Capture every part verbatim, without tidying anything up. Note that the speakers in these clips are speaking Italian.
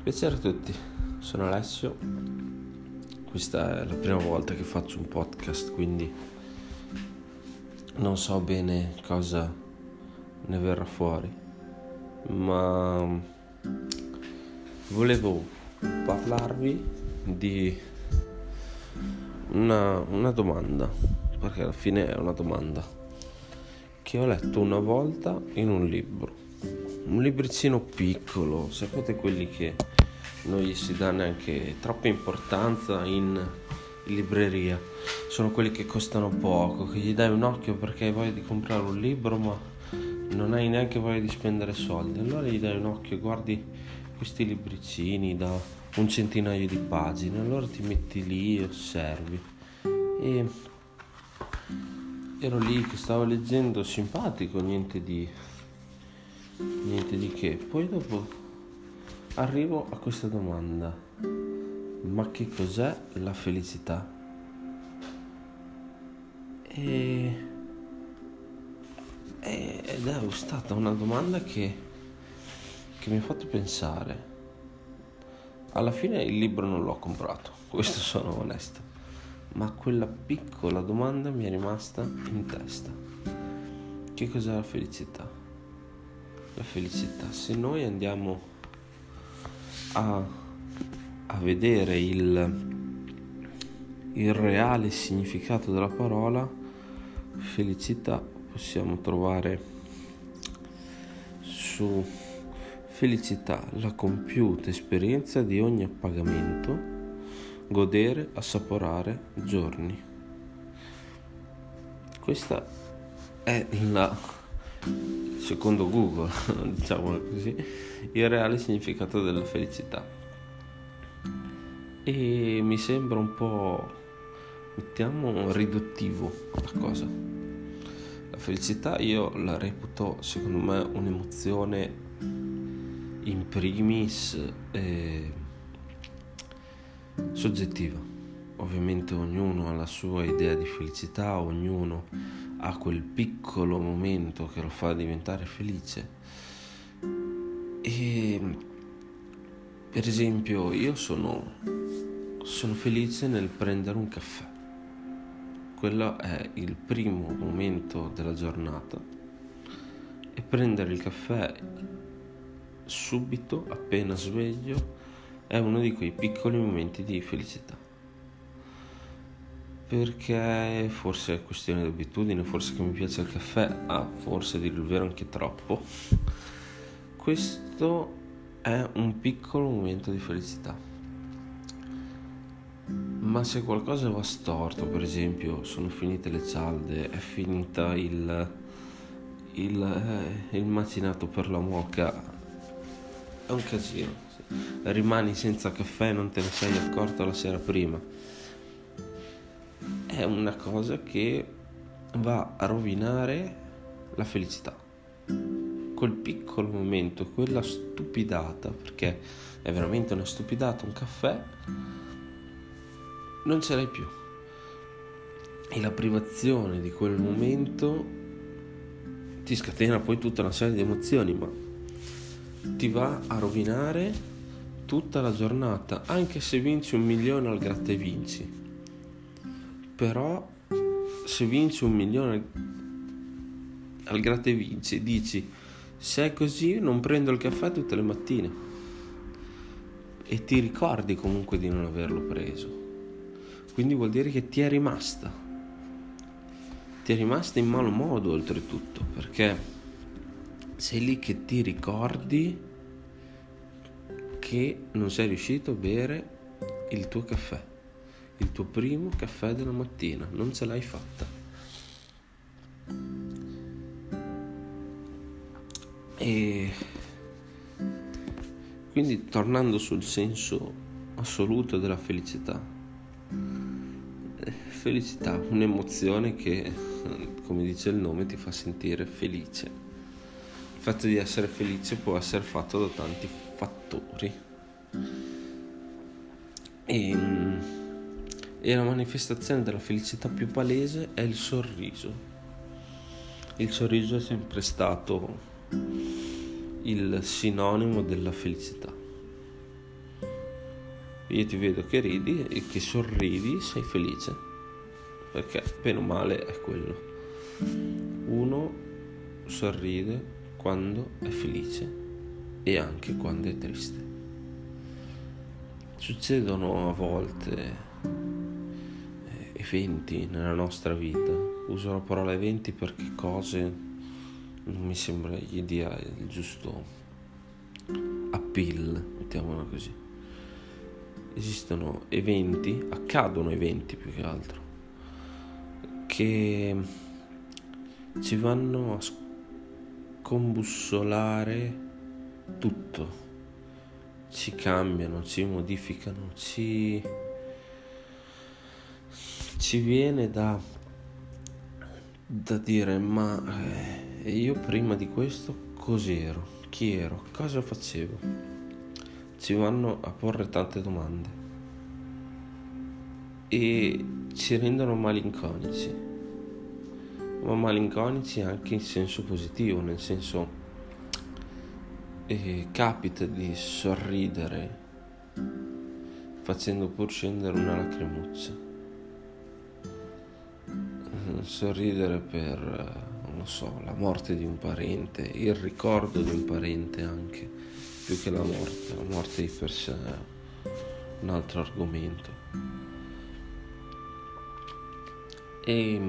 Piacere a tutti, sono Alessio. Questa è la prima volta che faccio un podcast, quindi non so bene cosa ne verrà fuori, ma volevo parlarvi di una, una domanda, perché alla fine è una domanda che ho letto una volta in un libro, un libricino piccolo, sapete quelli che non gli si dà neanche troppa importanza in libreria, sono quelli che costano poco, che gli dai un occhio perché hai voglia di comprare un libro ma non hai neanche voglia di spendere soldi, allora gli dai un occhio e guardi questi libricini da un centinaio di pagine, allora ti metti lì e osservi. E ero lì che stavo leggendo, simpatico, niente di niente di che. Poi dopo arrivo a questa domanda: ma che cos'è la felicità? E ed è stata una domanda che che mi ha fatto pensare. Alla fine il libro non l'ho comprato, questo sono onesto, ma quella piccola domanda mi è rimasta in testa. Che cos'è la felicità? La felicità, se noi andiamo a, a vedere il, il reale significato della parola felicità, possiamo trovare su felicità la compiuta esperienza di ogni appagamento, godere, assaporare giorni. Questa è la, secondo Google, diciamo così, il reale significato della felicità. E mi sembra un po', mettiamo, riduttivo la cosa. La felicità io la reputo, secondo me, un'emozione in primis eh, soggettiva. Ovviamente ognuno ha la sua idea di felicità, ognuno ha quel piccolo momento che lo fa diventare felice. E per esempio io sono sono felice nel prendere un caffè. Quello è il primo momento della giornata, e prendere il caffè subito, appena sveglio, è uno di quei piccoli momenti di felicità, perché forse è questione di abitudine, forse che mi piace il caffè, ah, forse a dire il vero anche troppo. Questo è un piccolo momento di felicità. Ma se qualcosa va storto, per esempio sono finite le cialde, è finita il il, eh, il macinato per la moka, è un casino, sì. Rimani senza caffè, non te ne sei accorto la sera prima, è una cosa che va a rovinare la felicità. Quel piccolo momento, quella stupidata, perché è veramente una stupidata, un caffè, non ce l'hai più, e la privazione di quel momento ti scatena poi tutta una serie di emozioni, ma ti va a rovinare tutta la giornata, anche se vinci un milione al gratta e vinci. Però se vinci un milione al gratta e vinci, dici: se è così non prendo il caffè tutte le mattine, e ti ricordi comunque di non averlo preso. Quindi vuol dire che ti è rimasta ti è rimasta in malo modo, oltretutto, perché sei lì che ti ricordi che non sei riuscito a bere il tuo caffè, il tuo primo caffè della mattina, non ce l'hai fatta. E quindi, tornando sul senso assoluto della felicità, felicità, un'emozione che, come dice il nome, ti fa sentire felice. Il fatto di essere felice può essere fatto da tanti fattori, e, e la manifestazione della felicità più palese è il sorriso. Il sorriso è sempre stato il sinonimo della felicità. Io ti vedo che ridi e che sorridi, sei felice, perché bene o male è quello. Uno sorride quando è felice e anche quando è triste. Succedono a volte eventi nella nostra vita. Uso la parola eventi perché cose non mi sembra gli dia il giusto appeal, mettiamola così. Esistono eventi, accadono eventi più che altro, che ci vanno a scombussolare tutto, ci cambiano, ci modificano, ci, ci viene da, da dire ma eh, io prima di questo cos'ero, chi ero, cosa facevo? Ci vanno a porre tante domande e ci rendono malinconici, ma malinconici anche in senso positivo, nel senso eh, capita di sorridere facendo pur scendere una lacrimuccia, sorridere per, non so, la morte di un parente, il ricordo di un parente anche, più che la morte. La morte di per sé è un altro argomento. E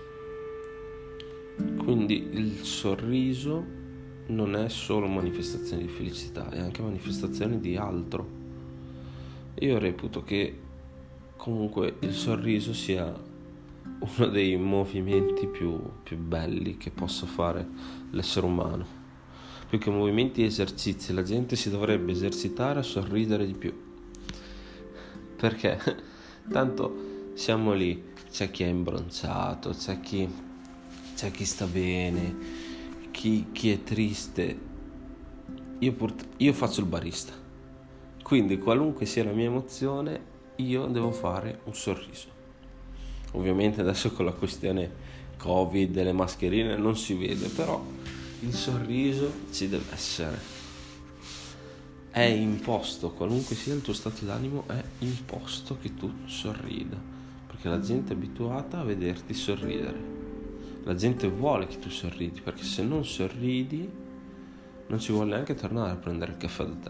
quindi il sorriso non è solo manifestazione di felicità, è anche manifestazione di altro. Io reputo che comunque il sorriso sia uno dei movimenti più, più belli che possa fare l'essere umano. Più che movimenti e esercizi, la gente si dovrebbe esercitare a sorridere di più, perché tanto siamo lì, c'è chi è imbronciato, c'è chi, c'è chi sta bene, chi, chi è triste. Io, pur, io faccio il barista, quindi qualunque sia la mia emozione io devo fare un sorriso. Ovviamente adesso con la questione Covid e le mascherine non si vede, però il sorriso ci deve essere, è imposto, qualunque sia il tuo stato d'animo è imposto che tu sorrida, perché la gente è abituata a vederti sorridere, la gente vuole che tu sorridi, perché se non sorridi non ci vuole neanche tornare a prendere il caffè da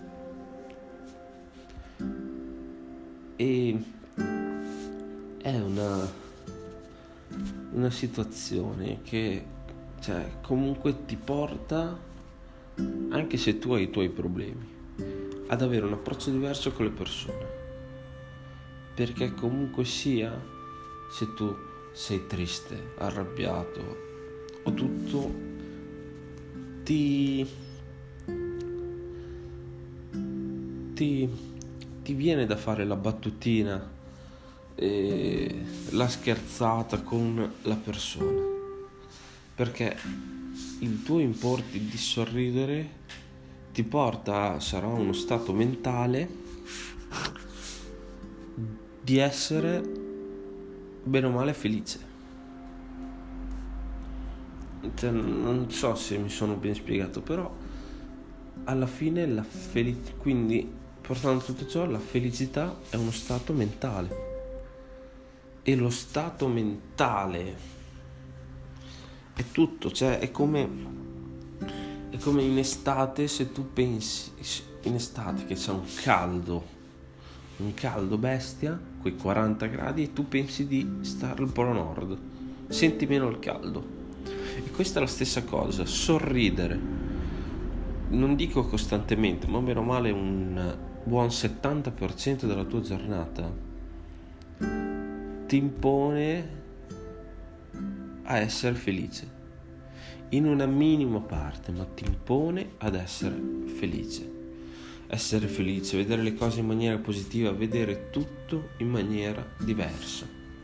te. E è una una situazione che, cioè, comunque ti porta, anche se tu hai i tuoi problemi, ad avere un approccio diverso con le persone, perché comunque sia, se tu sei triste, arrabbiato o tutto, ti ti ti viene da fare la battutina, e la scherzata con la persona, perché il tuo importi di sorridere ti porta a, sarà uno stato mentale di essere bene o male felice. Cioè, non so se mi sono ben spiegato, però alla fine la felic- quindi portando tutto ciò, la felicità è uno stato mentale. E lo stato mentale è tutto, cioè è come è come in estate, se tu pensi in estate che c'è un caldo un caldo bestia, quei quaranta gradi, e tu pensi di stare al Polo Nord, senti meno il caldo. E questa è la stessa cosa, sorridere, non dico costantemente, ma meno male un buon settanta per cento della tua giornata ti impone a essere felice, in una minima parte, ma ti impone ad essere felice. Essere felice, vedere le cose in maniera positiva, vedere tutto in maniera diversa.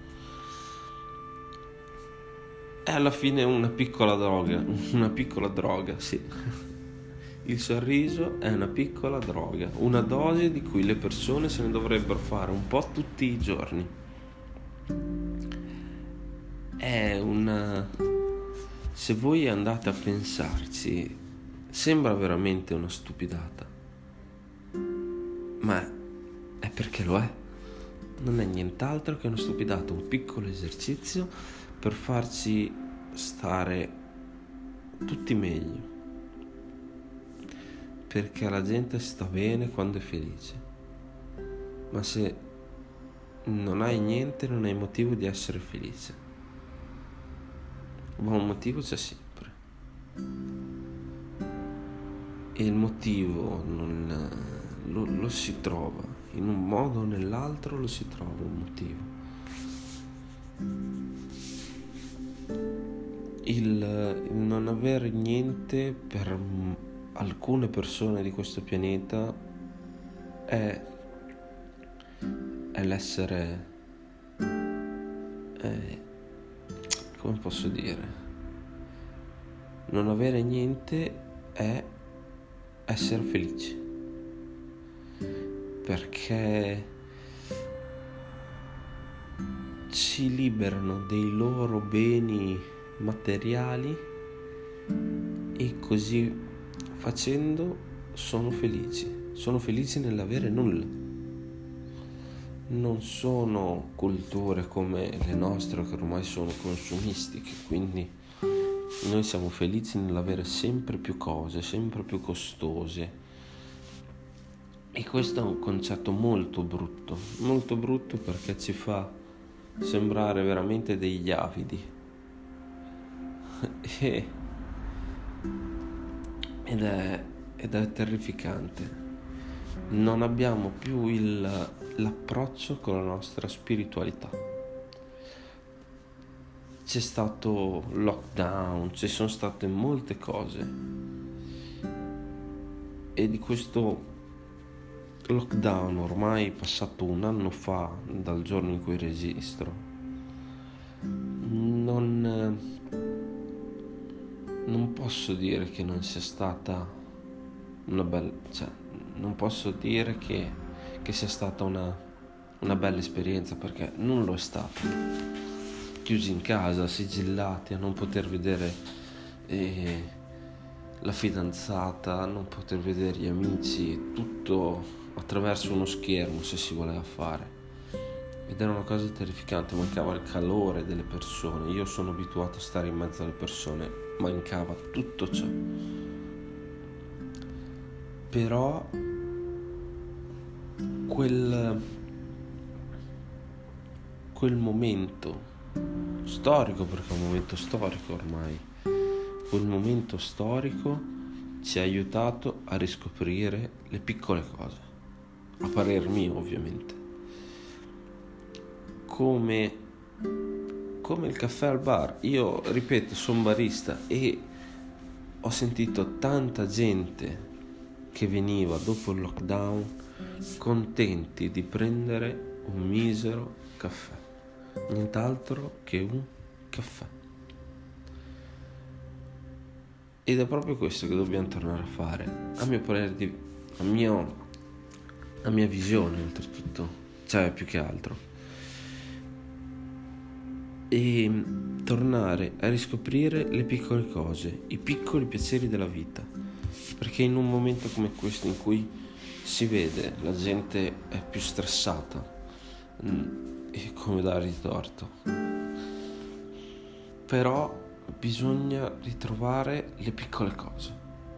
È alla fine una piccola droga, una piccola droga, sì. Il sorriso è una piccola droga, una dose di cui le persone se ne dovrebbero fare un po' tutti i giorni. È una... se voi andate a pensarci, sembra veramente una stupidata, ma è perché lo è. Non è nient'altro che uno stupidato, un piccolo esercizio per farci stare tutti meglio, perché la gente sta bene quando è felice, ma se non hai niente non hai motivo di essere felice, ma un motivo c'è sempre, e il motivo non, lo, lo si trova in un modo o nell'altro, lo si trova un motivo. Il, il non avere niente per alcune persone di questo pianeta è, è l'essere, è, come posso dire, non avere niente è essere felici, perché ci liberano dei loro beni materiali e così facendo sono felici, sono felici nell'avere nulla. Non sono culture come le nostre che ormai sono consumistiche, quindi noi siamo felici nell'avere sempre più cose, sempre più costose. E questo è un concetto molto brutto, molto brutto perché ci fa sembrare veramente degli avidi. E, ed, è, ed è terrificante. Non abbiamo più il, l'approccio con la nostra spiritualità. C'è stato lockdown, ci sono state molte cose, e di questo lockdown ormai passato un anno fa dal giorno in cui registro, non, non posso dire che non sia stata una bella, cioè non posso dire che, che sia stata una, una bella esperienza, perché non lo è stata. Chiusi in casa, sigillati, a non poter vedere eh, la fidanzata, a non poter vedere gli amici, tutto attraverso uno schermo se si voleva fare, ed era una cosa terrificante. Mancava il calore delle persone. Io sono abituato a stare in mezzo alle persone, mancava tutto ciò. Però quel quel momento storico, perché è un momento storico ormai, quel momento storico ci ha aiutato a riscoprire le piccole cose, a parer mio ovviamente, come come il caffè al bar. Io ripeto, sono barista e ho sentito tanta gente che veniva dopo il lockdown contenti di prendere un misero caffè, nient'altro che un caffè. Ed è proprio questo che dobbiamo tornare a fare, a mio parere, di, a, mio, a mia visione oltretutto, cioè più che altro, e tornare a riscoprire le piccole cose, i piccoli piaceri della vita, perché in un momento come questo in cui si vede la gente è più stressata, e come dare di torto, però bisogna ritrovare le piccole cose,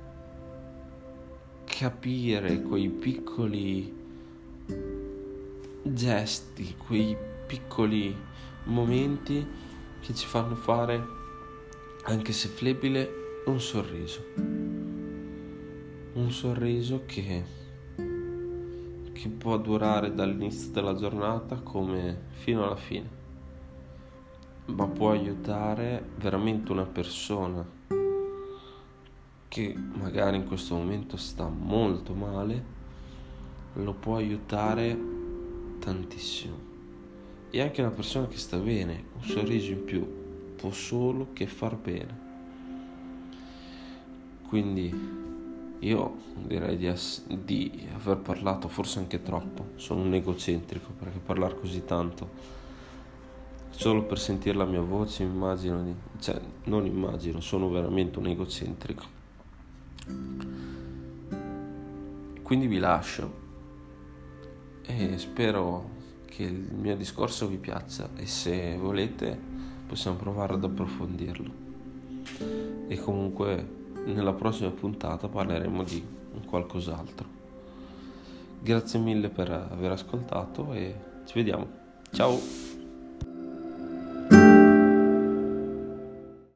capire quei piccoli gesti, quei piccoli momenti che ci fanno fare, anche se flebile, un sorriso un sorriso che che può durare dall'inizio della giornata come fino alla fine, ma può aiutare veramente una persona che magari in questo momento sta molto male, lo può aiutare tantissimo. E anche una persona che sta bene, un sorriso in più può solo che far bene. Quindi io direi di, ess- di aver parlato forse anche troppo. Sono un egocentrico, perché parlare così tanto solo per sentire la mia voce immagino di... cioè non immagino, sono veramente un egocentrico. Quindi vi lascio e spero che il mio discorso vi piaccia e se volete possiamo provare ad approfondirlo. E comunque nella prossima puntata parleremo di qualcos'altro. Grazie mille per aver ascoltato e ci vediamo. Ciao!